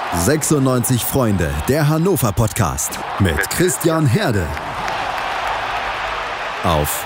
96 Freunde, der Hannover Podcast mit Christian Herde. Auf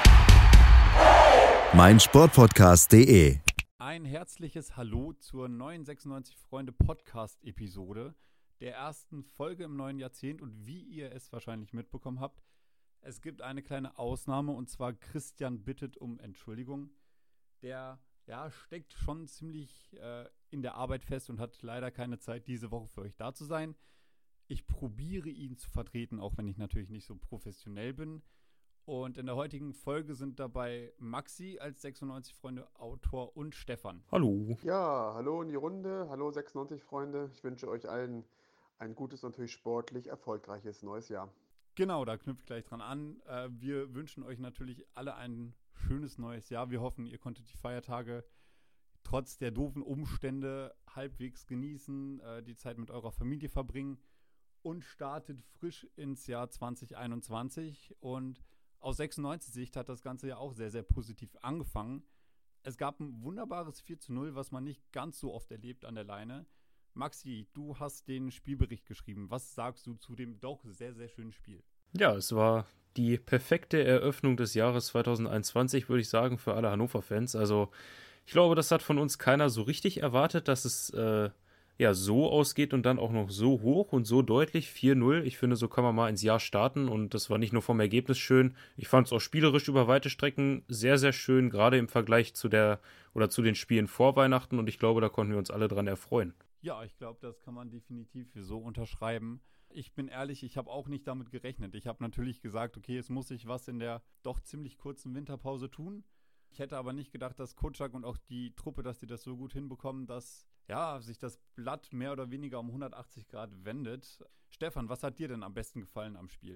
meinsportpodcast.de. Ein herzliches Hallo zur neuen 96 Freunde Podcast-Episode, der ersten Folge im neuen Jahrzehnt. Und wie ihr es wahrscheinlich mitbekommen habt, es gibt eine kleine Ausnahme, und zwar Christian bittet um Entschuldigung. Der steckt schon ziemlich in der Arbeit fest und hat leider keine Zeit, diese Woche für euch da zu sein. Ich probiere ihn zu vertreten, auch wenn ich natürlich nicht so professionell bin. Und in der heutigen Folge sind dabei Maxi als 96 Freunde Autor und Stefan. Hallo. Ja, hallo in die Runde, hallo 96 Freunde. Ich wünsche euch allen ein gutes, natürlich sportlich erfolgreiches neues Jahr. Genau, da knüpft gleich dran an. Wir wünschen euch natürlich alle ein schönes neues Jahr. Wir hoffen, ihr konntet die Feiertage trotz der doofen Umstände halbwegs genießen, die Zeit mit eurer Familie verbringen und startet frisch ins Jahr 2021. Und aus 96 Sicht hat das Ganze ja auch sehr, sehr positiv angefangen. Es gab ein wunderbares 4:0, was man nicht ganz so oft erlebt an der Leine. Maxi, du hast den Spielbericht geschrieben. Was sagst du zu dem doch sehr, sehr schönen Spiel? Ja, es war die perfekte Eröffnung des Jahres 2021, würde ich sagen, für alle Hannover-Fans. Also ich glaube, das hat von uns keiner so richtig erwartet, dass es so ausgeht und dann auch noch so hoch und so deutlich 4:0. Ich finde, so kann man mal ins Jahr starten und das war nicht nur vom Ergebnis schön. Ich fand es auch spielerisch über weite Strecken sehr, sehr schön, gerade im Vergleich zu den Spielen vor Weihnachten, und ich glaube, da konnten wir uns alle dran erfreuen. Ja, ich glaube, das kann man definitiv so unterschreiben. Ich bin ehrlich, ich habe auch nicht damit gerechnet. Ich habe natürlich gesagt, okay, es muss sich was in der doch ziemlich kurzen Winterpause tun. Ich hätte aber nicht gedacht, dass Kutschak und auch die Truppe, dass die das so gut hinbekommen, dass sich das Blatt mehr oder weniger um 180 Grad wendet. Stefan, was hat dir denn am besten gefallen am Spiel?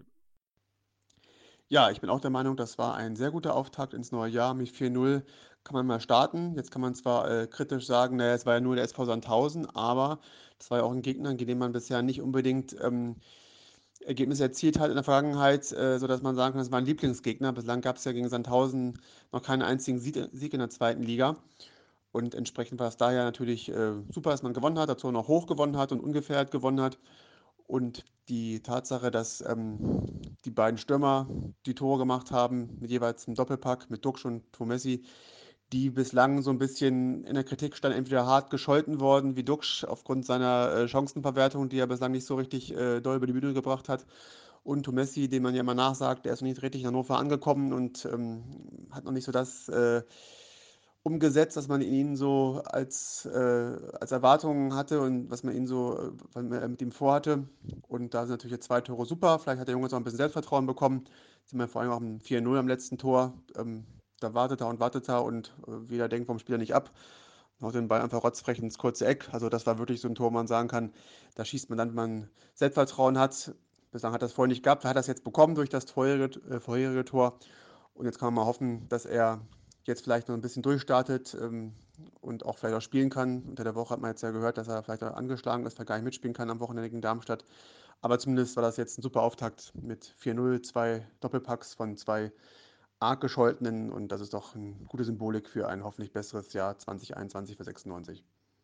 Ja, ich bin auch der Meinung, das war ein sehr guter Auftakt ins neue Jahr. Mit 4:0 kann man mal starten. Jetzt kann man zwar kritisch sagen, naja, es war ja nur der SV Sandhausen, aber das war ja auch ein Gegner, gegen den man bisher nicht unbedingt Ergebnisse erzielt hat in der Vergangenheit, sodass man sagen kann, das war ein Lieblingsgegner. Bislang gab es ja gegen Sandhausen noch keinen einzigen Sieg in der zweiten Liga. Und entsprechend war es daher natürlich super, dass man gewonnen hat, dazu noch hoch gewonnen hat und ungefährdet gewonnen hat. Und die Tatsache, dass die beiden Stürmer die Tore gemacht haben, mit jeweils einem Doppelpack, mit Duxch und Tomesi, die bislang so ein bisschen in der Kritik standen, entweder hart gescholten worden, wie Duxch aufgrund seiner Chancenverwertung, die er bislang nicht so richtig doll über die Bühne gebracht hat. Und Tomesi, dem man ja immer nachsagt, der ist noch nicht richtig in Hannover angekommen und hat noch nicht so das umgesetzt, was man ihn so als Erwartungen hatte und was man ihn so mit ihm vorhatte. Und da sind natürlich jetzt 2 Tore super. Vielleicht hat der Junge jetzt auch ein bisschen Selbstvertrauen bekommen. Sieht man vor allem auch im 4:0 am letzten Tor. Da wartet er und jeder denkt vom Spieler nicht ab. Haut den Ball einfach rotzfrech ins kurze Eck. Also das war wirklich so ein Tor, wo man sagen kann, da schießt man dann, wenn man Selbstvertrauen hat. Bislang hat er das vorher nicht gehabt, er hat das jetzt bekommen durch das vorherige Tor. Und jetzt kann man mal hoffen, dass er jetzt vielleicht noch ein bisschen durchstartet und auch vielleicht auch spielen kann. Unter der Woche hat man jetzt ja gehört, dass er vielleicht auch angeschlagen ist, vielleicht gar nicht mitspielen kann am Wochenende gegen Darmstadt. Aber zumindest war das jetzt ein super Auftakt mit 4:0, 2 Doppelpacks von 2 arg gescholtenen, und das ist doch eine gute Symbolik für ein hoffentlich besseres Jahr 2021 für 96.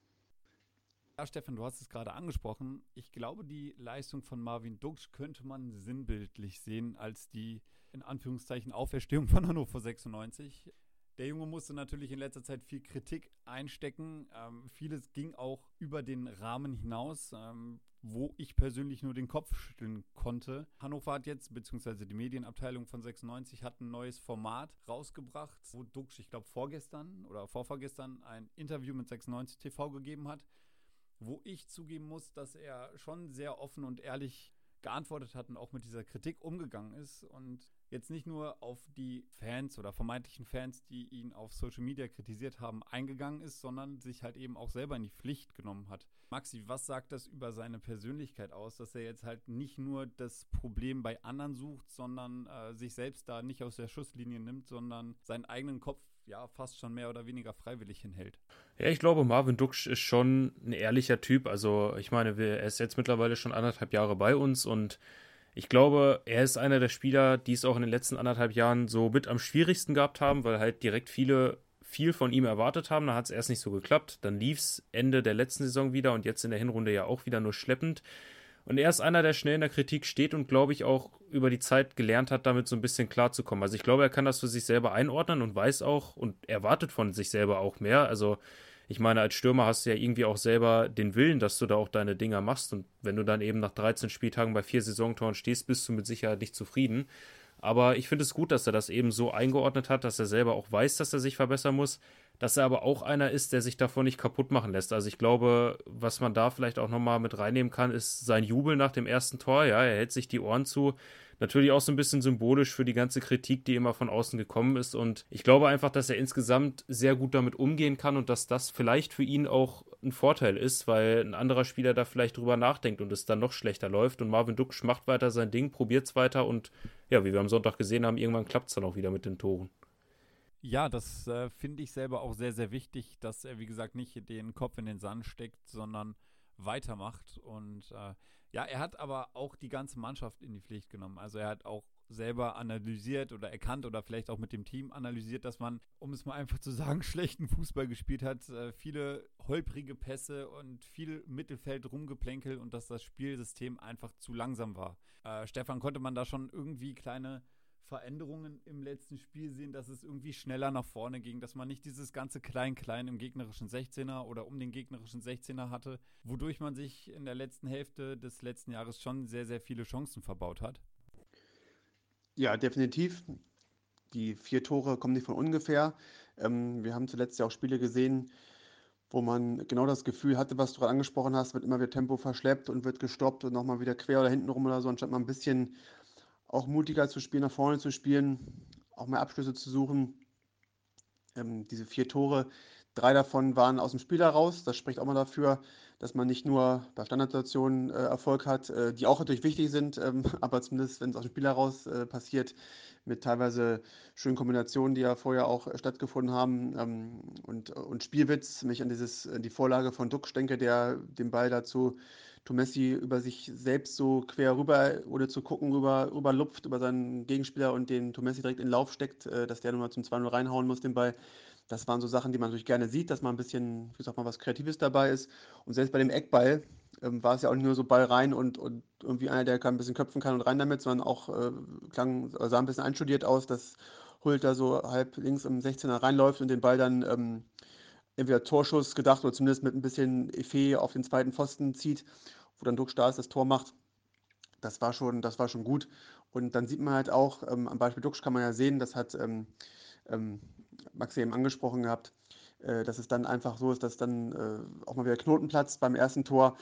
Ja, Stefan, du hast es gerade angesprochen. Ich glaube, die Leistung von Marvin Duxch könnte man sinnbildlich sehen als die, in Anführungszeichen, Auferstehung von Hannover 96. Der Junge musste natürlich in letzter Zeit viel Kritik einstecken. Vieles ging auch über den Rahmen hinaus, wo ich persönlich nur den Kopf schütteln konnte. Hannover hat jetzt, beziehungsweise die Medienabteilung von 96, hat ein neues Format rausgebracht, wo Duxch, ich glaube vorgestern oder vorvorgestern, ein Interview mit 96 TV gegeben hat, wo ich zugeben muss, dass er schon sehr offen und ehrlich geantwortet hat und auch mit dieser Kritik umgegangen ist und jetzt nicht nur auf die Fans oder vermeintlichen Fans, die ihn auf Social Media kritisiert haben, eingegangen ist, sondern sich halt eben auch selber in die Pflicht genommen hat. Maxi, was sagt das über seine Persönlichkeit aus, dass er jetzt halt nicht nur das Problem bei anderen sucht, sondern sich selbst da nicht aus der Schusslinie nimmt, sondern seinen eigenen Kopf fast schon mehr oder weniger freiwillig hinhält? Ja, ich glaube, Marvin Duxch ist schon ein ehrlicher Typ. Also ich meine, er ist jetzt mittlerweile schon 1,5 Jahre bei uns und ich glaube, er ist einer der Spieler, die es auch in den letzten 1,5 Jahren so mit am schwierigsten gehabt haben, weil halt direkt viele viel von ihm erwartet haben. Da hat es erst nicht so geklappt. Dann lief es Ende der letzten Saison wieder und jetzt in der Hinrunde ja auch wieder nur schleppend. Und er ist einer, der schnell in der Kritik steht und, glaube ich, auch über die Zeit gelernt hat, damit so ein bisschen klarzukommen. Also ich glaube, er kann das für sich selber einordnen und weiß auch und erwartet von sich selber auch mehr. Also ich meine, als Stürmer hast du ja irgendwie auch selber den Willen, dass du da auch deine Dinger machst. Und wenn du dann eben nach 13 Spieltagen bei 4 Saisontoren stehst, bist du mit Sicherheit nicht zufrieden. Aber ich finde es gut, dass er das eben so eingeordnet hat, dass er selber auch weiß, dass er sich verbessern muss, dass er aber auch einer ist, der sich davon nicht kaputt machen lässt. Also ich glaube, was man da vielleicht auch nochmal mit reinnehmen kann, ist sein Jubel nach dem ersten Tor. Ja, er hält sich die Ohren zu. Natürlich auch so ein bisschen symbolisch für die ganze Kritik, die immer von außen gekommen ist. Und ich glaube einfach, dass er insgesamt sehr gut damit umgehen kann und dass das vielleicht für ihn auch ein Vorteil ist, weil ein anderer Spieler da vielleicht drüber nachdenkt und es dann noch schlechter läuft. Und Marvin Duksch macht weiter sein Ding, probiert es weiter und ja, wie wir am Sonntag gesehen haben, irgendwann klappt es dann auch wieder mit den Toren. Ja, das finde ich selber auch sehr, sehr wichtig, dass er, wie gesagt, nicht den Kopf in den Sand steckt, sondern weitermacht. Und ja, er hat aber auch die ganze Mannschaft in die Pflicht genommen. Also er hat auch selber analysiert oder erkannt oder vielleicht auch mit dem Team analysiert, dass man, um es mal einfach zu sagen, schlechten Fußball gespielt hat, viele holprige Pässe und viel Mittelfeld rumgeplänkel und dass das Spielsystem einfach zu langsam war. Stefan, konnte man da schon irgendwie kleine Veränderungen im letzten Spiel sehen, dass es irgendwie schneller nach vorne ging, dass man nicht dieses ganze Klein-Klein im gegnerischen 16er oder um den gegnerischen 16er hatte, wodurch man sich in der letzten Hälfte des letzten Jahres schon sehr, sehr viele Chancen verbaut hat? Ja, definitiv. Die 4 Tore kommen nicht von ungefähr. Wir haben zuletzt ja auch Spiele gesehen, wo man genau das Gefühl hatte, was du gerade angesprochen hast, wird immer wieder Tempo verschleppt und wird gestoppt und nochmal wieder quer oder hinten rum oder so, anstatt mal ein bisschen auch mutiger zu spielen, nach vorne zu spielen, auch mehr Abschlüsse zu suchen. Diese 4 Tore, 3 davon waren aus dem Spiel heraus. Das spricht auch mal dafür, dass man nicht nur bei Standardsituationen Erfolg hat, die auch natürlich wichtig sind, aber zumindest, wenn es aus dem Spiel heraus passiert, mit teilweise schönen Kombinationen, die ja vorher auch stattgefunden haben. Und Spielwitz, wenn ich an die Vorlage von Dux denke, der den Ball dazu Tomessi über sich selbst so quer rüber, ohne zu gucken, rüber lupft, über seinen Gegenspieler und den Tomessi direkt in den Lauf steckt, dass der nochmal zum 2-0 reinhauen muss, den Ball. Das waren so Sachen, die man natürlich gerne sieht, dass mal ein bisschen, wie gesagt, mal was Kreatives dabei ist. Und selbst bei dem Eckball war es ja auch nicht nur so Ball rein und irgendwie einer, der ein bisschen köpfen kann und rein damit, sondern auch sah ein bisschen einstudiert aus, dass Hult da so halb links im 16er reinläuft und den Ball dann entweder Torschuss gedacht oder zumindest mit ein bisschen Effet auf den zweiten Pfosten zieht, wo dann Druck da ist, das Tor macht. Das war schon gut. Und dann sieht man halt auch, am Beispiel Dux kann man ja sehen, das hat ähm, Max eben angesprochen gehabt, dass es dann einfach so ist, dass dann auch mal wieder Knoten platzt beim ersten Tor,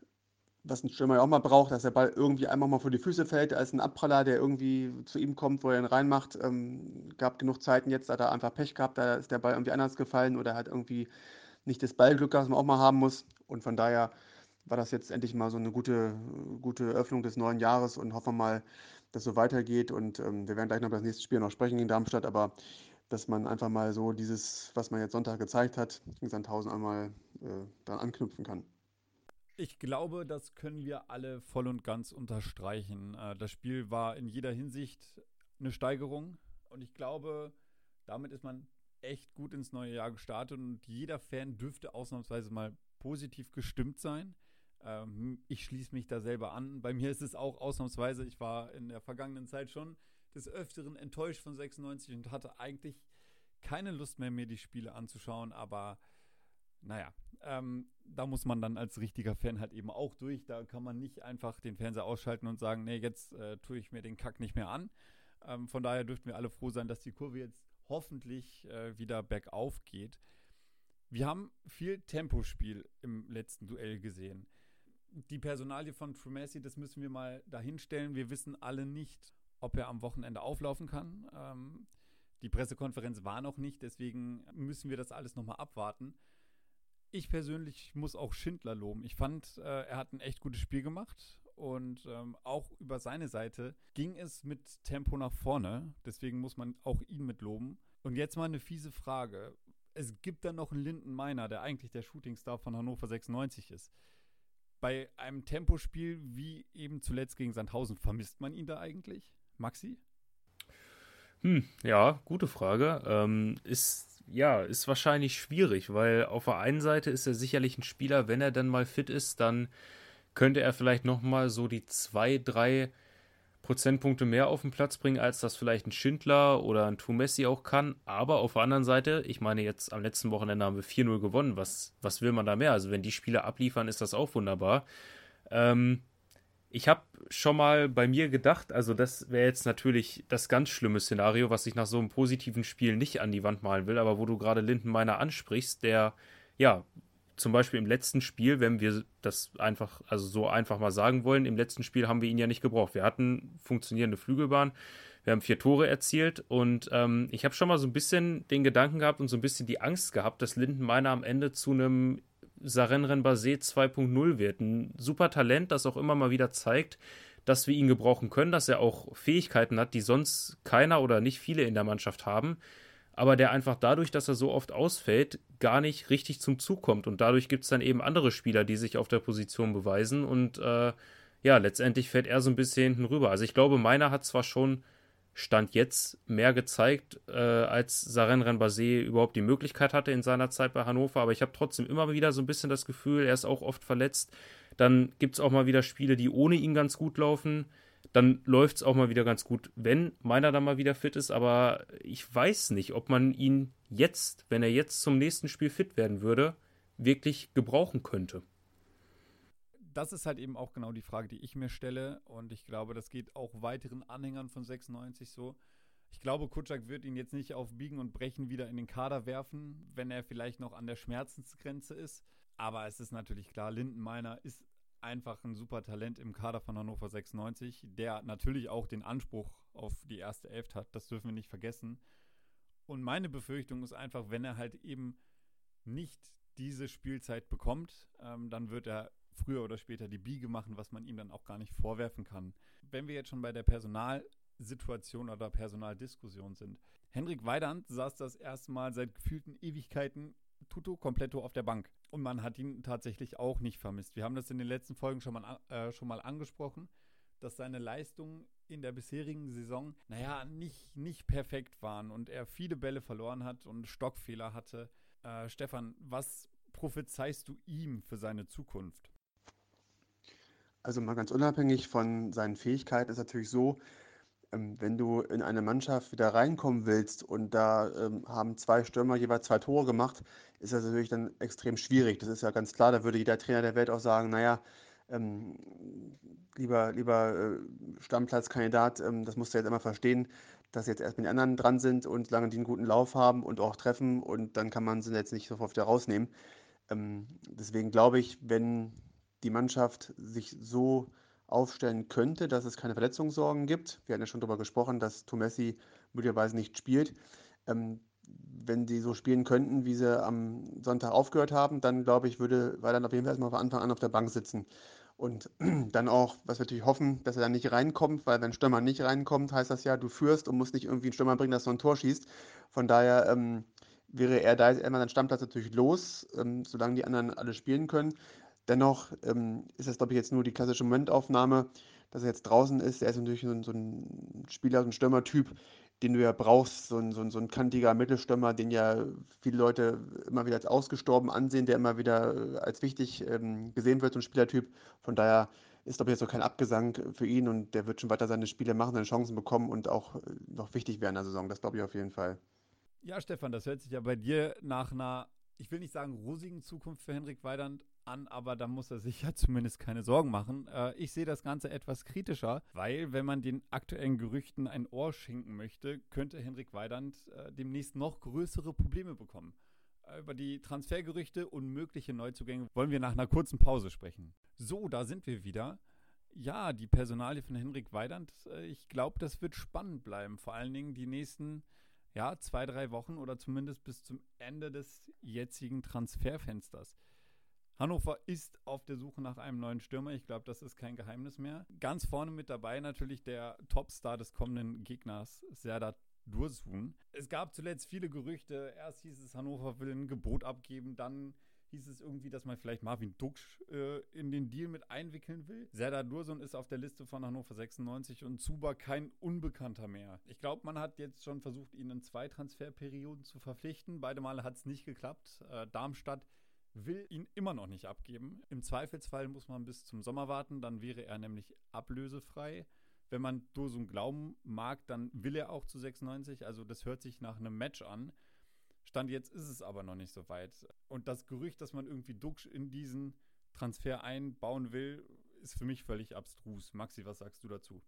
was ein Stürmer ja auch mal braucht, dass der Ball irgendwie einmal mal vor die Füße fällt. Da ist ein Abpraller, der irgendwie zu ihm kommt, wo er ihn reinmacht. Gab genug Zeiten jetzt, da hat er einfach Pech gehabt, da ist der Ball irgendwie anders gefallen oder hat irgendwie nicht das Ballglück, das man auch mal haben muss. Und von daher war das jetzt endlich mal so eine gute Öffnung des neuen Jahres und hoffen wir mal, dass es so weitergeht. Und wir werden gleich noch über das nächste Spiel noch sprechen gegen Darmstadt, aber dass man einfach mal so dieses, was man jetzt Sonntag gezeigt hat, gegen Sandhausen einmal daran anknüpfen kann. Ich glaube, das können wir alle voll und ganz unterstreichen. Das Spiel war in jeder Hinsicht eine Steigerung und ich glaube, damit ist man echt gut ins neue Jahr gestartet und jeder Fan dürfte ausnahmsweise mal positiv gestimmt sein. Ich schließe mich da selber an. Bei mir ist es auch ausnahmsweise, ich war in der vergangenen Zeit schon des Öfteren enttäuscht von 96 und hatte eigentlich keine Lust mehr, mir die Spiele anzuschauen, aber naja, da muss man dann als richtiger Fan halt eben auch durch. Da kann man nicht einfach den Fernseher ausschalten und sagen, nee, jetzt tue ich mir den Kack nicht mehr an. Von daher dürften wir alle froh sein, dass die Kurve jetzt hoffentlich wieder bergauf geht. Wir haben viel Tempospiel im letzten Duell gesehen. Die Personalie von Trumessi, das müssen wir mal dahinstellen. Wir wissen alle nicht, ob er am Wochenende auflaufen kann. Die Pressekonferenz war noch nicht, deswegen müssen wir das alles nochmal abwarten. Ich persönlich muss auch Schindler loben. Ich fand, er hat ein echt gutes Spiel gemacht und auch über seine Seite ging es mit Tempo nach vorne. Deswegen muss man auch ihn mit loben. Und jetzt mal eine fiese Frage. Es gibt dann noch einen Linden Meiner, der eigentlich der Shootingstar von Hannover 96 ist. Bei einem Tempospiel wie eben zuletzt gegen Sandhausen, vermisst man ihn da eigentlich? Maxi? Ja, gute Frage. Ist ja, ist wahrscheinlich schwierig, weil auf der einen Seite ist er sicherlich ein Spieler, wenn er dann mal fit ist, dann könnte er vielleicht nochmal so die 2, 3 Prozentpunkte mehr auf den Platz bringen, als das vielleicht ein Schindler oder ein Tumessi auch kann. Aber auf der anderen Seite, ich meine, jetzt am letzten Wochenende haben wir 4-0 gewonnen. Was will man da mehr? Also wenn die Spieler abliefern, ist das auch wunderbar. Ich habe schon mal bei mir gedacht, also das wäre jetzt natürlich das ganz schlimme Szenario, was ich nach so einem positiven Spiel nicht an die Wand malen will, aber wo du gerade Lindenmeiner ansprichst, der, ja, zum Beispiel im letzten Spiel, wenn wir das einfach, also so einfach mal sagen wollen, im letzten Spiel haben wir ihn ja nicht gebraucht. Wir hatten funktionierende Flügelbahn, wir haben 4 Tore erzielt und ich habe schon mal so ein bisschen den Gedanken gehabt und so ein bisschen die Angst gehabt, dass Lindenmeiner am Ende zu einem Saren Renbase 2.0 wird. Ein super Talent, das auch immer mal wieder zeigt, dass wir ihn gebrauchen können, dass er auch Fähigkeiten hat, die sonst keiner oder nicht viele in der Mannschaft haben, aber der einfach dadurch, dass er so oft ausfällt, gar nicht richtig zum Zug kommt. Und dadurch gibt es dann eben andere Spieler, die sich auf der Position beweisen und ja, letztendlich fällt er so ein bisschen hinten rüber. Also ich glaube, Meiner hat zwar schon Stand jetzt mehr gezeigt, als Saren Renbase überhaupt die Möglichkeit hatte in seiner Zeit bei Hannover, aber ich habe trotzdem immer wieder so ein bisschen das Gefühl, er ist auch oft verletzt. Dann gibt es auch mal wieder Spiele, die ohne ihn ganz gut laufen. Dann läuft es auch mal wieder ganz gut, wenn Meiner dann mal wieder fit ist, aber ich weiß nicht, ob man ihn jetzt, wenn er jetzt zum nächsten Spiel fit werden würde, wirklich gebrauchen könnte. Das ist halt eben auch genau die Frage, die ich mir stelle. Und ich glaube, das geht auch weiteren Anhängern von 96 so. Ich glaube, Kutschak wird ihn jetzt nicht auf Biegen und Brechen wieder in den Kader werfen, wenn er vielleicht noch an der Schmerzensgrenze ist. Aber es ist natürlich klar, Lindenmeiner ist einfach ein super Talent im Kader von Hannover 96, der natürlich auch den Anspruch auf die erste Elf hat. Das dürfen wir nicht vergessen. Und meine Befürchtung ist einfach, wenn er halt eben nicht diese Spielzeit bekommt, dann wird er früher oder später die Biege machen, was man ihm dann auch gar nicht vorwerfen kann. Wenn wir jetzt schon bei der Personalsituation oder Personaldiskussion sind. Henrik Weidand saß das erste Mal seit gefühlten Ewigkeiten tutto completo auf der Bank. Und man hat ihn tatsächlich auch nicht vermisst. Wir haben das in den letzten Folgen schon mal angesprochen, dass seine Leistungen in der bisherigen Saison, nicht perfekt waren und er viele Bälle verloren hat und Stockfehler hatte. Stefan, was prophezeist du ihm für seine Zukunft? Also mal ganz unabhängig von seinen Fähigkeiten ist natürlich so, wenn du in eine Mannschaft wieder reinkommen willst und da haben 2 Stürmer jeweils 2 Tore gemacht, ist das natürlich dann extrem schwierig. Das ist ja ganz klar, da würde jeder Trainer der Welt auch sagen, naja, ähm, lieber Stammplatzkandidat, das musst du jetzt immer verstehen, dass jetzt erst mit den anderen dran sind und solange die einen guten Lauf haben und auch treffen und dann kann man sie jetzt nicht sofort wieder rausnehmen. Deswegen glaube ich, wenn die Mannschaft sich so aufstellen könnte, dass es keine Verletzungssorgen gibt. Wir hatten ja schon darüber gesprochen, dass Tumessi möglicherweise nicht spielt. Wenn die so spielen könnten, wie sie am Sonntag aufgehört haben, dann glaube ich, würde Weiland auf jeden Fall erstmal von Anfang an auf der Bank sitzen. Und dann auch, was wir natürlich hoffen, dass er dann nicht reinkommt, weil wenn ein Stürmer nicht reinkommt, heißt das ja, du führst und musst nicht irgendwie einen Stürmer bringen, dass du ein Tor schießt. Von daher wäre er da jetzt einmal seinen Stammplatz natürlich los, solange die anderen alle spielen können. Dennoch ist das, glaube ich, jetzt nur die klassische Momentaufnahme, dass er jetzt draußen ist. Er ist natürlich so ein Spieler, so ein Stürmertyp, den du ja brauchst, so ein kantiger Mittelstürmer, den ja viele Leute immer wieder als ausgestorben ansehen, der immer wieder als wichtig gesehen wird, so ein Spielertyp. Von daher ist, glaube ich, jetzt so kein Abgesang für ihn und der wird schon weiter seine Spiele machen, seine Chancen bekommen und auch noch wichtig werden in der Saison. Das glaube ich auf jeden Fall. Ja, Stefan, das hört sich ja bei dir nach einer, ich will nicht sagen rosigen Zukunft für Henrik Weidand an, aber da muss er sich ja zumindest keine Sorgen machen. Ich sehe das Ganze etwas kritischer, weil wenn man den aktuellen Gerüchten ein Ohr schenken möchte, könnte Henrik Weidand demnächst noch größere Probleme bekommen. Über die Transfergerüchte und mögliche Neuzugänge wollen wir nach einer kurzen Pause sprechen. So, da sind wir wieder. Ja, die Personalie von Henrik Weidand, ich glaube, das wird spannend bleiben. Vor allen Dingen die nächsten 2, 3 Wochen oder zumindest bis zum Ende des jetzigen Transferfensters. Hannover ist auf der Suche nach einem neuen Stürmer. Ich glaube, das ist kein Geheimnis mehr. Ganz vorne mit dabei natürlich der Topstar des kommenden Gegners, Serdar Dursun. Es gab zuletzt viele Gerüchte. Erst hieß es, Hannover will ein Gebot abgeben. Dann hieß es irgendwie, dass man vielleicht Marvin Duksch in den Deal mit einwickeln will. Serdar Dursun ist auf der Liste von Hannover 96 und Zuba kein Unbekannter mehr. Ich glaube, man hat jetzt schon versucht, ihn in 2 Transferperioden zu verpflichten. Beide Male hat es nicht geklappt. Darmstadt will ihn immer noch nicht abgeben. Im Zweifelsfall muss man bis zum Sommer warten, dann wäre er nämlich ablösefrei. Wenn man Dursun glauben mag, dann will er auch zu 96. Also das hört sich nach einem Match an. Stand jetzt ist es aber noch nicht so weit. Und das Gerücht, dass man irgendwie Duksch in diesen Transfer einbauen will, ist für mich völlig abstrus. Maxi, was sagst du dazu?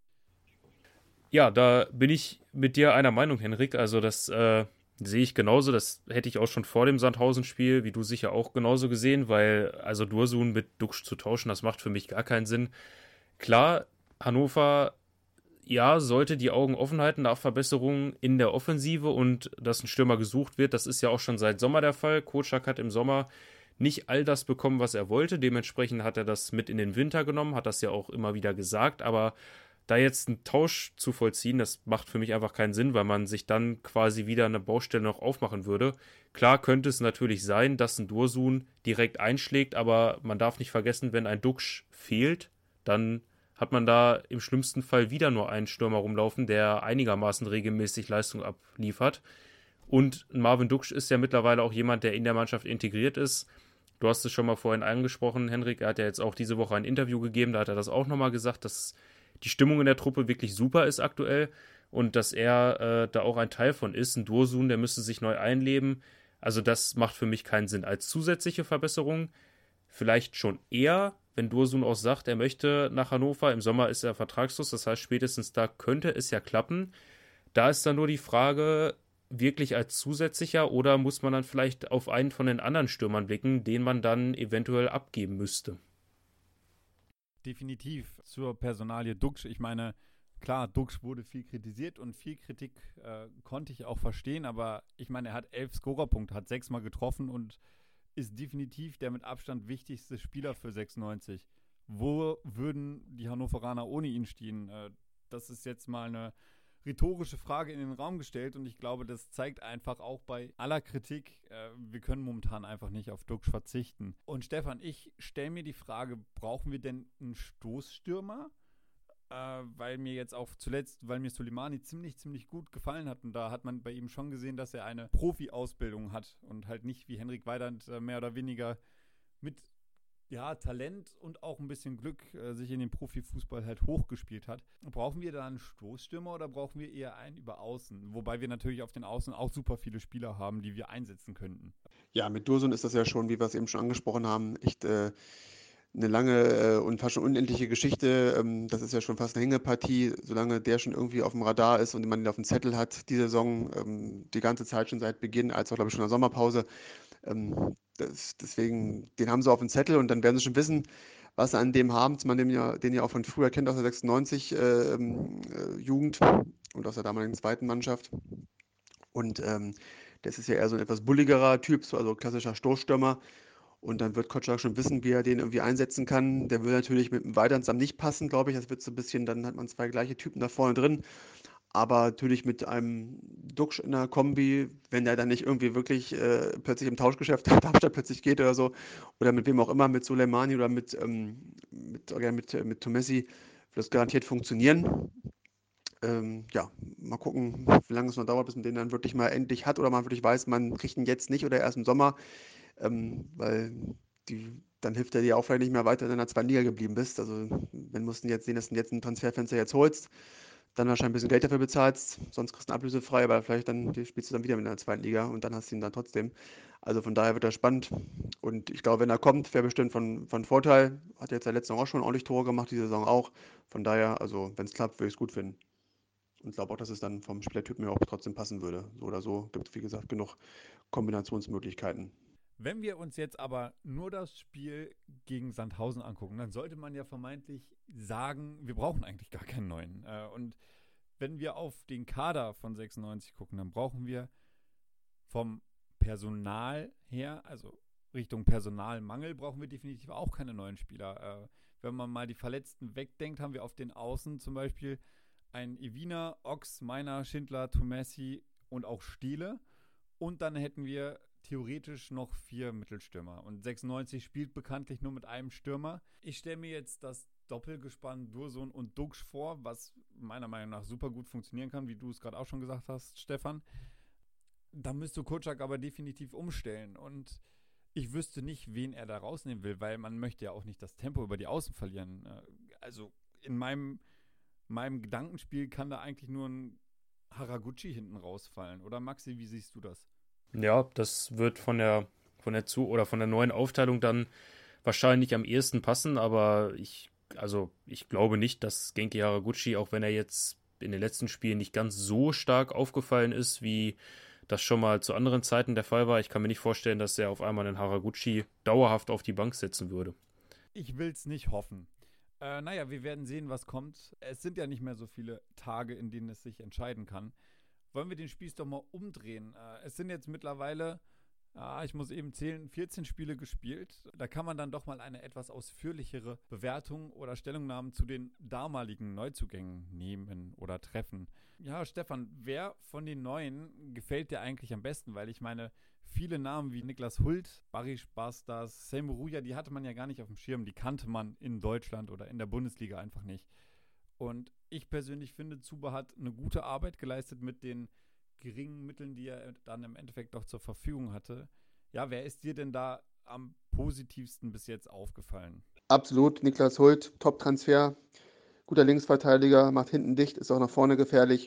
Ja, da bin ich mit dir einer Meinung, Henrik. Also das sehe ich genauso. Das hätte ich auch schon vor dem Sandhausen-Spiel, wie du sicher auch genauso gesehen, weil also Dursun mit Duksch zu tauschen, das macht für mich gar keinen Sinn. Klar, Hannover sollte die Augen offen halten nach Verbesserungen in der Offensive und dass ein Stürmer gesucht wird, das ist ja auch schon seit Sommer der Fall. Kocak hat im Sommer nicht all das bekommen, was er wollte. Dementsprechend hat er das mit in den Winter genommen, hat das ja auch immer wieder gesagt. Aber da jetzt einen Tausch zu vollziehen, das macht für mich einfach keinen Sinn, weil man sich dann quasi wieder eine Baustelle noch aufmachen würde. Klar könnte es natürlich sein, dass ein Dursun direkt einschlägt, aber man darf nicht vergessen, wenn ein Duksch fehlt, dann hat man da im schlimmsten Fall wieder nur einen Stürmer rumlaufen, der einigermaßen regelmäßig Leistung abliefert. Und Marvin Duksch ist ja mittlerweile auch jemand, der in der Mannschaft integriert ist. Du hast es schon mal vorhin angesprochen, Henrik. Er hat ja jetzt auch diese Woche ein Interview gegeben, da hat er das auch nochmal gesagt, dass die Stimmung in der Truppe wirklich super ist aktuell und dass er da auch ein Teil von ist. Ein Dursun, der müsste sich neu einleben. Also das macht für mich keinen Sinn. Als zusätzliche Verbesserung vielleicht schon eher, wenn Dursun auch sagt, er möchte nach Hannover. Im Sommer ist er vertragslos, das heißt, spätestens da könnte es ja klappen. Da ist dann nur die Frage, wirklich als zusätzlicher oder muss man dann vielleicht auf einen von den anderen Stürmern blicken, den man dann eventuell abgeben müsste? Definitiv zur Personalie Duksch. Ich meine, klar, Duksch wurde viel kritisiert und viel Kritik konnte ich auch verstehen, aber ich meine, er hat 11 Scorerpunkte, hat 6-mal getroffen und ist definitiv der mit Abstand wichtigste Spieler für 96. Wo würden die Hannoveraner ohne ihn stehen? Das ist jetzt mal eine rhetorische Frage in den Raum gestellt und ich glaube, das zeigt einfach auch bei aller Kritik, wir können momentan einfach nicht auf Duksch verzichten. Und Stefan, ich stelle mir die Frage, brauchen wir denn einen Stoßstürmer? Weil mir jetzt auch zuletzt, weil mir Soleimani ziemlich gut gefallen hat und da hat man bei ihm schon gesehen, dass er eine Profi-Ausbildung hat und halt nicht wie Henrik Weidand mehr oder weniger mit Talent und auch ein bisschen Glück sich in den Profifußball halt hochgespielt hat. Brauchen wir da einen Stoßstürmer oder brauchen wir eher einen über Außen? Wobei wir natürlich auf den Außen auch super viele Spieler haben, die wir einsetzen könnten. Ja, mit Dursun ist das ja schon, wie wir es eben schon angesprochen haben, echt eine lange und fast schon unendliche Geschichte. Das ist ja schon fast eine Hängepartie, solange der schon irgendwie auf dem Radar ist und man ihn auf dem Zettel hat, die Saison, die ganze Zeit schon seit Beginn, als auch, glaube ich, schon in der Sommerpause. Deswegen, den haben sie auf dem Zettel und dann werden sie schon wissen, was sie an dem haben, zumal den ihr auch von früher kennt, aus der 96 Jugend und aus der damaligen zweiten Mannschaft. Und das ist ja eher so ein etwas bulligerer Typ, so, also klassischer Stoßstürmer. Und dann wird Kocak schon wissen, wie er den irgendwie einsetzen kann. Der will natürlich mit dem Weidand zusammen nicht passen, glaube ich. Das wird so ein bisschen, dann hat man 2 gleiche Typen da vorne drin. Aber natürlich mit einem Duksch in der Kombi, wenn der dann nicht irgendwie wirklich plötzlich im Tauschgeschäft nach Darmstadt plötzlich geht oder so, oder mit wem auch immer, mit Soleimani oder mit Tomesi, wird das garantiert funktionieren. Mal gucken, wie lange es noch dauert, bis man den dann wirklich mal endlich hat oder man wirklich weiß, man kriegt ihn jetzt nicht oder erst im Sommer, weil dann hilft er dir auch vielleicht nicht mehr weiter, wenn du in der zweiten Liga geblieben bist. Also, wenn musst du jetzt sehen, dass du jetzt ein Transferfenster jetzt holst, dann wahrscheinlich ein bisschen Geld dafür bezahlst, sonst kriegst du einen ablösefrei, aber vielleicht dann spielst du dann wieder in der zweiten Liga und dann hast du ihn dann trotzdem. Also von daher wird das spannend und ich glaube, wenn er kommt, wäre bestimmt von Vorteil. Hat jetzt der letzte Saison auch schon ordentlich Tore gemacht, diese Saison auch. Von daher, also wenn es klappt, würde ich es gut finden. Und glaube auch, dass es dann vom Spielertypen her auch trotzdem passen würde. So oder so gibt es, wie gesagt, genug Kombinationsmöglichkeiten. Wenn wir uns jetzt aber nur das Spiel gegen Sandhausen angucken, dann sollte man ja vermeintlich sagen, wir brauchen eigentlich gar keinen neuen. Und wenn wir auf den Kader von 96 gucken, dann brauchen wir vom Personal her, also Richtung Personalmangel, brauchen wir definitiv auch keine neuen Spieler. Wenn man mal die Verletzten wegdenkt, haben wir auf den Außen zum Beispiel einen Iwina, Ochs, Meiner, Schindler, Tomesi und auch Stiele. Und dann hätten wir theoretisch noch 4 Mittelstürmer. Und 96 spielt bekanntlich nur mit einem Stürmer. Ich stelle mir jetzt das Doppelgespann Dursun und Duksch vor, was meiner Meinung nach super gut funktionieren kann, wie du es gerade auch schon gesagt hast, Stefan. Da müsste Kotschak aber definitiv umstellen. Und ich wüsste nicht, wen er da rausnehmen will, weil man möchte ja auch nicht das Tempo über die Außen verlieren. Also in meinem Gedankenspiel kann da eigentlich nur ein Haraguchi hinten rausfallen. Oder Maxi, wie siehst du das? Ja, das wird von der neuen Aufteilung dann wahrscheinlich am ehesten passen, aber ich glaube nicht, dass Genki Haraguchi, auch wenn er jetzt in den letzten Spielen nicht ganz so stark aufgefallen ist, wie das schon mal zu anderen Zeiten der Fall war. Ich kann mir nicht vorstellen, dass er auf einmal einen Haraguchi dauerhaft auf die Bank setzen würde. Ich will es nicht hoffen. Naja, wir werden sehen, was kommt. Es sind ja nicht mehr so viele Tage, in denen es sich entscheiden kann. Wollen wir den Spieß doch mal umdrehen? Es sind jetzt mittlerweile, ich muss eben zählen, 14 Spiele gespielt. Da kann man dann doch mal eine etwas ausführlichere Bewertung oder Stellungnahme zu den damaligen Neuzugängen nehmen oder treffen. Ja, Stefan, wer von den Neuen gefällt dir eigentlich am besten? Weil ich meine, viele Namen wie Niklas Hult, Barish Bastas, Seymour Ruya, die hatte man ja gar nicht auf dem Schirm. Die kannte man in Deutschland oder in der Bundesliga einfach nicht. Und ich persönlich finde, Zuba hat eine gute Arbeit geleistet mit den geringen Mitteln, die er dann im Endeffekt doch zur Verfügung hatte. Ja, wer ist dir denn da am positivsten bis jetzt aufgefallen? Absolut, Niklas Hult, Top-Transfer, guter Linksverteidiger, macht hinten dicht, ist auch nach vorne gefährlich.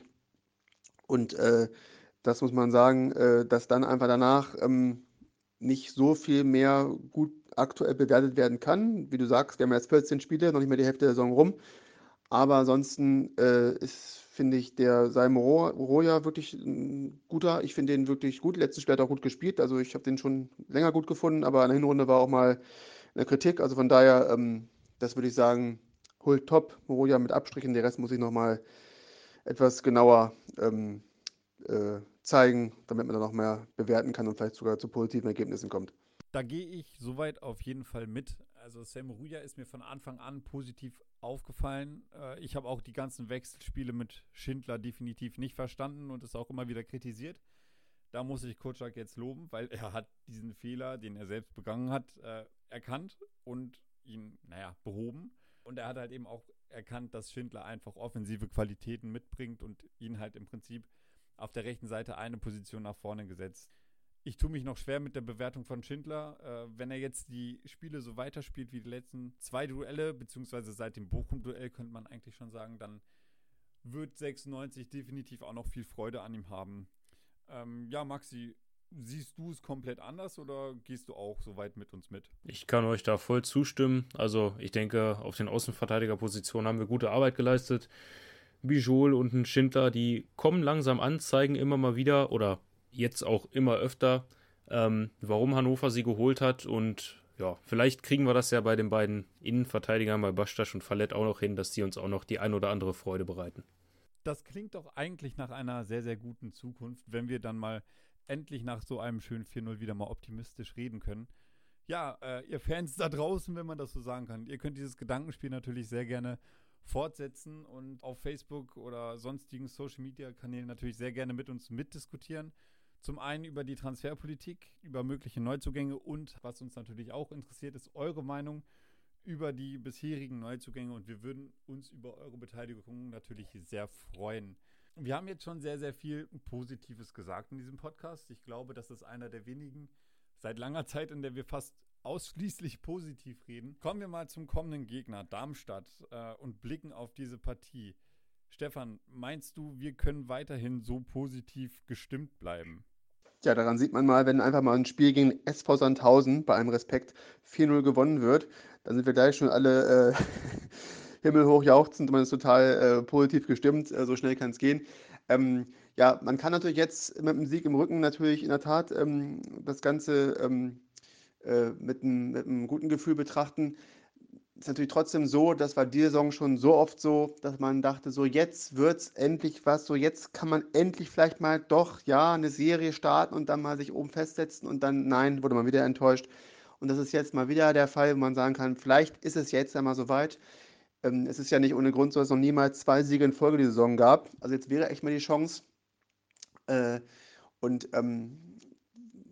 Und das muss man sagen, dass dann einfach danach nicht so viel mehr gut aktuell bewertet werden kann. Wie du sagst, wir haben jetzt 14 Spiele, noch nicht mehr die Hälfte der Saison rum. Aber ansonsten ist, finde ich, der Seymour Roya wirklich ein guter. Ich finde den wirklich gut. Letztes Spiel hat er auch gut gespielt. Also ich habe den schon länger gut gefunden, aber in der Hinrunde war auch mal eine Kritik. Also von daher, das würde ich sagen, Hult top, Roya mit Abstrichen. Der Rest muss ich nochmal etwas genauer zeigen, damit man dann noch mehr bewerten kann und vielleicht sogar zu positiven Ergebnissen kommt. Da gehe ich soweit auf jeden Fall mit. Also Seymour Ruya ist mir von Anfang an positiv aufgefallen. Ich habe auch die ganzen Wechselspiele mit Schindler definitiv nicht verstanden und es auch immer wieder kritisiert. Da muss ich Kotschak jetzt loben, weil er hat diesen Fehler, den er selbst begangen hat, erkannt und ihn, behoben. Und er hat halt eben auch erkannt, dass Schindler einfach offensive Qualitäten mitbringt und ihn halt im Prinzip auf der rechten Seite eine Position nach vorne gesetzt. Ich tue mich noch schwer mit der Bewertung von Schindler. Wenn er jetzt die Spiele so weiterspielt wie die letzten 2 Duelle, beziehungsweise seit dem Bochum-Duell, könnte man eigentlich schon sagen, dann wird 96 definitiv auch noch viel Freude an ihm haben. Ja, Maxi, siehst du es komplett anders oder gehst du auch so weit mit uns mit? Ich kann euch da voll zustimmen. Also ich denke, auf den Außenverteidigerpositionen haben wir gute Arbeit geleistet. Bijol und ein Schindler, die kommen langsam an, zeigen immer mal wieder oder jetzt auch immer öfter, warum Hannover sie geholt hat. Und ja, vielleicht kriegen wir das ja bei den beiden Innenverteidigern, bei Bastasch und Fallett auch noch hin, dass die uns auch noch die ein oder andere Freude bereiten. Das klingt doch eigentlich nach einer sehr, sehr guten Zukunft, wenn wir dann mal endlich nach so einem schönen 4-0 wieder mal optimistisch reden können. Ja, ihr Fans da draußen, wenn man das so sagen kann, ihr könnt dieses Gedankenspiel natürlich sehr gerne fortsetzen und auf Facebook oder sonstigen Social-Media-Kanälen natürlich sehr gerne mit uns mitdiskutieren. Zum einen über die Transferpolitik, über mögliche Neuzugänge und was uns natürlich auch interessiert, ist eure Meinung über die bisherigen Neuzugänge und wir würden uns über eure Beteiligung natürlich sehr freuen. Wir haben jetzt schon sehr, sehr viel Positives gesagt in diesem Podcast. Ich glaube, das ist einer der wenigen seit langer Zeit, in der wir fast ausschließlich positiv reden. Kommen wir mal zum kommenden Gegner, Darmstadt, und blicken auf diese Partie. Stefan, meinst du, wir können weiterhin so positiv gestimmt bleiben? Ja, daran sieht man mal, wenn einfach mal ein Spiel gegen SV Sandhausen bei allem Respekt 4-0 gewonnen wird, dann sind wir gleich schon alle himmelhoch jauchzend und man ist total positiv gestimmt. So schnell kann es gehen. Ja, man kann natürlich jetzt mit dem Sieg im Rücken natürlich in der Tat das Ganze mit einem guten Gefühl betrachten. Ist natürlich trotzdem so, das war die Saison schon so oft so, dass man dachte, so jetzt wird's endlich was, so jetzt kann man endlich vielleicht mal doch, ja, eine Serie starten und dann mal sich oben festsetzen und dann, nein, wurde man wieder enttäuscht. Und das ist jetzt mal wieder der Fall, wo man sagen kann, vielleicht ist es jetzt einmal soweit. Es ist ja nicht ohne Grund so, dass es noch niemals 2 Siege in Folge die Saison gab. Also jetzt wäre echt mal die Chance. Und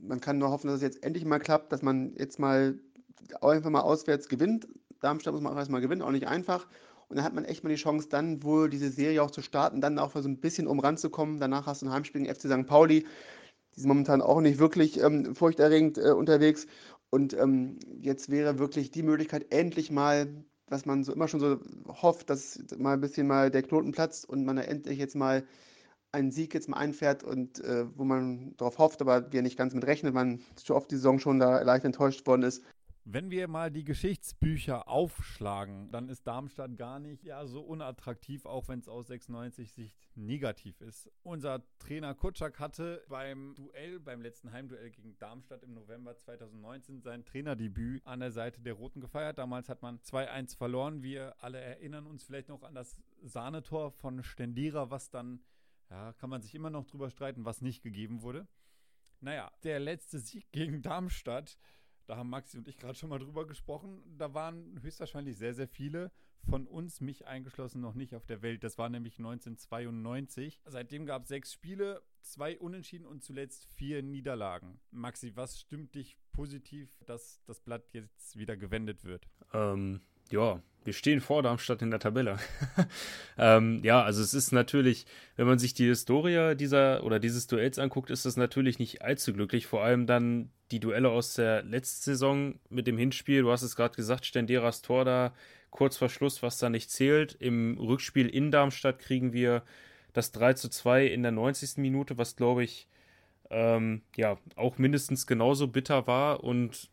man kann nur hoffen, dass es jetzt endlich mal klappt, dass man jetzt mal einfach mal auswärts gewinnt. Darmstadt muss man auch erstmal gewinnen, auch nicht einfach. Und dann hat man echt mal die Chance, dann wohl diese Serie auch zu starten, dann auch mal so ein bisschen ranzukommen. Danach hast du ein Heimspiel gegen FC St. Pauli. Die sind momentan auch nicht wirklich furchterregend unterwegs. Und jetzt wäre wirklich die Möglichkeit, endlich mal, was man so immer schon so hofft, dass mal ein bisschen mal der Knoten platzt und man da endlich jetzt mal einen Sieg jetzt mal einfährt und wo man darauf hofft, aber wir nicht ganz mit rechnet, man so oft die Saison schon da leicht enttäuscht worden ist. Wenn wir mal die Geschichtsbücher aufschlagen, dann ist Darmstadt gar nicht so unattraktiv, auch wenn es aus 96-Sicht negativ ist. Unser Trainer Kutschak hatte beim letzten Heimduell gegen Darmstadt im November 2019 sein Trainerdebüt an der Seite der Roten gefeiert. Damals hat man 2-1 verloren. Wir alle erinnern uns vielleicht noch an das Sahnetor von Stendera, was dann, kann man sich immer noch drüber streiten, was nicht gegeben wurde. Naja, der letzte Sieg gegen Darmstadt, da haben Maxi und ich gerade schon mal drüber gesprochen. Da waren höchstwahrscheinlich sehr, sehr viele von uns, mich eingeschlossen, noch nicht auf der Welt. Das war nämlich 1992. Seitdem gab es 6 Spiele, 2 Unentschieden und zuletzt 4 Niederlagen. Maxi, was stimmt dich positiv, dass das Blatt jetzt wieder gewendet wird? Wir stehen vor Darmstadt in der Tabelle. Also es ist natürlich, wenn man sich die Historie dieses Duells anguckt, ist das natürlich nicht allzu glücklich. Vor allem dann die Duelle aus der letzten Saison mit dem Hinspiel. Du hast es gerade gesagt, Stenderas Tor da kurz vor Schluss, was da nicht zählt. Im Rückspiel in Darmstadt kriegen wir das 3:2 in der 90. Minute, was glaube ich auch mindestens genauso bitter war. Und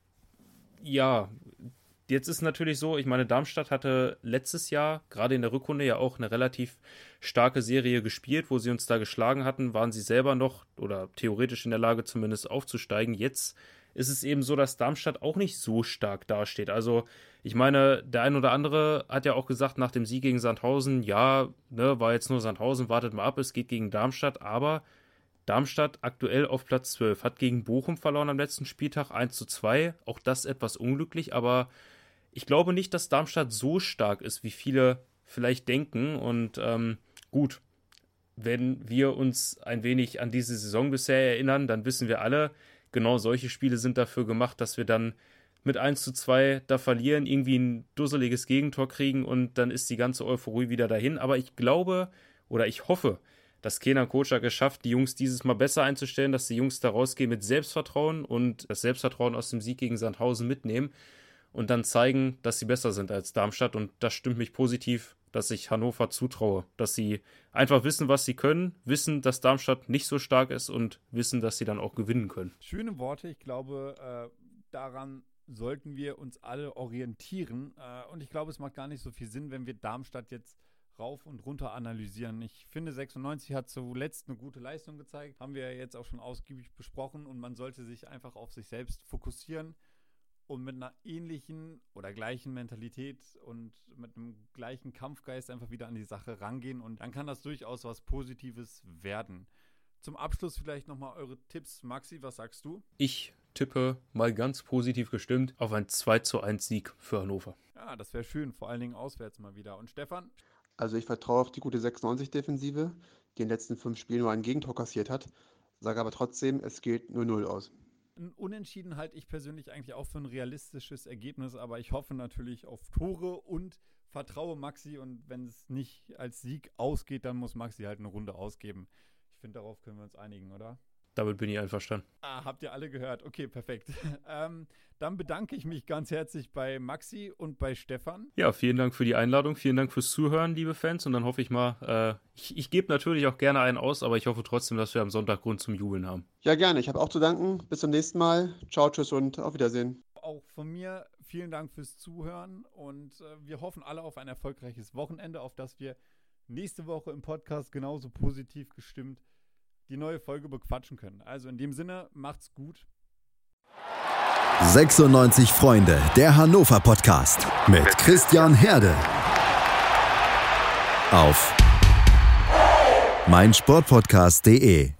jetzt ist natürlich so, ich meine, Darmstadt hatte letztes Jahr, gerade in der Rückrunde, ja auch eine relativ starke Serie gespielt, wo sie uns da geschlagen hatten, waren sie selber noch oder theoretisch in der Lage zumindest aufzusteigen. Jetzt ist es eben so, dass Darmstadt auch nicht so stark dasteht. Also ich meine, der ein oder andere hat ja auch gesagt nach dem Sieg gegen Sandhausen, war jetzt nur Sandhausen, wartet mal ab, es geht gegen Darmstadt, aber Darmstadt aktuell auf Platz 12, hat gegen Bochum verloren am letzten Spieltag 1:2, auch das etwas unglücklich, aber ich glaube nicht, dass Darmstadt so stark ist, wie viele vielleicht denken. Und gut, wenn wir uns ein wenig an diese Saison bisher erinnern, dann wissen wir alle, genau solche Spiele sind dafür gemacht, dass wir dann mit 1:2 da verlieren, irgendwie ein dusseliges Gegentor kriegen und dann ist die ganze Euphorie wieder dahin. Aber ich glaube oder ich hoffe, dass Kenan Kocak es schafft, die Jungs dieses Mal besser einzustellen, dass die Jungs da rausgehen mit Selbstvertrauen und das Selbstvertrauen aus dem Sieg gegen Sandhausen mitnehmen. Und dann zeigen, dass sie besser sind als Darmstadt. Und das stimmt mich positiv, dass ich Hannover zutraue. Dass sie einfach wissen, was sie können, wissen, dass Darmstadt nicht so stark ist und wissen, dass sie dann auch gewinnen können. Schöne Worte. Ich glaube, daran sollten wir uns alle orientieren. Und ich glaube, es macht gar nicht so viel Sinn, wenn wir Darmstadt jetzt rauf und runter analysieren. Ich finde, 96 hat zuletzt eine gute Leistung gezeigt. Haben wir jetzt auch schon ausgiebig besprochen. Und man sollte sich einfach auf sich selbst fokussieren. Und mit einer ähnlichen oder gleichen Mentalität und mit einem gleichen Kampfgeist einfach wieder an die Sache rangehen. Und dann kann das durchaus was Positives werden. Zum Abschluss vielleicht nochmal eure Tipps. Maxi, was sagst du? Ich tippe mal ganz positiv gestimmt auf einen 2:1 Sieg für Hannover. Ja, das wäre schön. Vor allen Dingen auswärts mal wieder. Und Stefan? Also ich vertraue auf die gute 96-Defensive, die in den letzten 5 Spielen nur ein Gegentor kassiert hat. Sage aber trotzdem, es geht 0:0 aus. Ein Unentschieden halte ich persönlich eigentlich auch für ein realistisches Ergebnis, aber ich hoffe natürlich auf Tore und vertraue Maxi und wenn es nicht als Sieg ausgeht, dann muss Maxi halt eine Runde ausgeben. Ich finde, darauf können wir uns einigen, oder? Damit bin ich einverstanden. Habt ihr alle gehört? Okay, perfekt. Dann bedanke ich mich ganz herzlich bei Maxi und bei Stefan. Ja, vielen Dank für die Einladung, vielen Dank fürs Zuhören, liebe Fans. Und dann hoffe ich mal, ich gebe natürlich auch gerne einen aus, aber ich hoffe trotzdem, dass wir am Sonntag Grund zum Jubeln haben. Ja, gerne. Ich habe auch zu danken. Bis zum nächsten Mal. Ciao, tschüss und auf Wiedersehen. Auch von mir vielen Dank fürs Zuhören und wir hoffen alle auf ein erfolgreiches Wochenende, auf das wir nächste Woche im Podcast genauso positiv gestimmt die neue Folge bequatschen können. Also in dem Sinne, macht's gut. 96 Freunde, der Hannover Podcast mit Christian Herde. Auf meinsportpodcast.de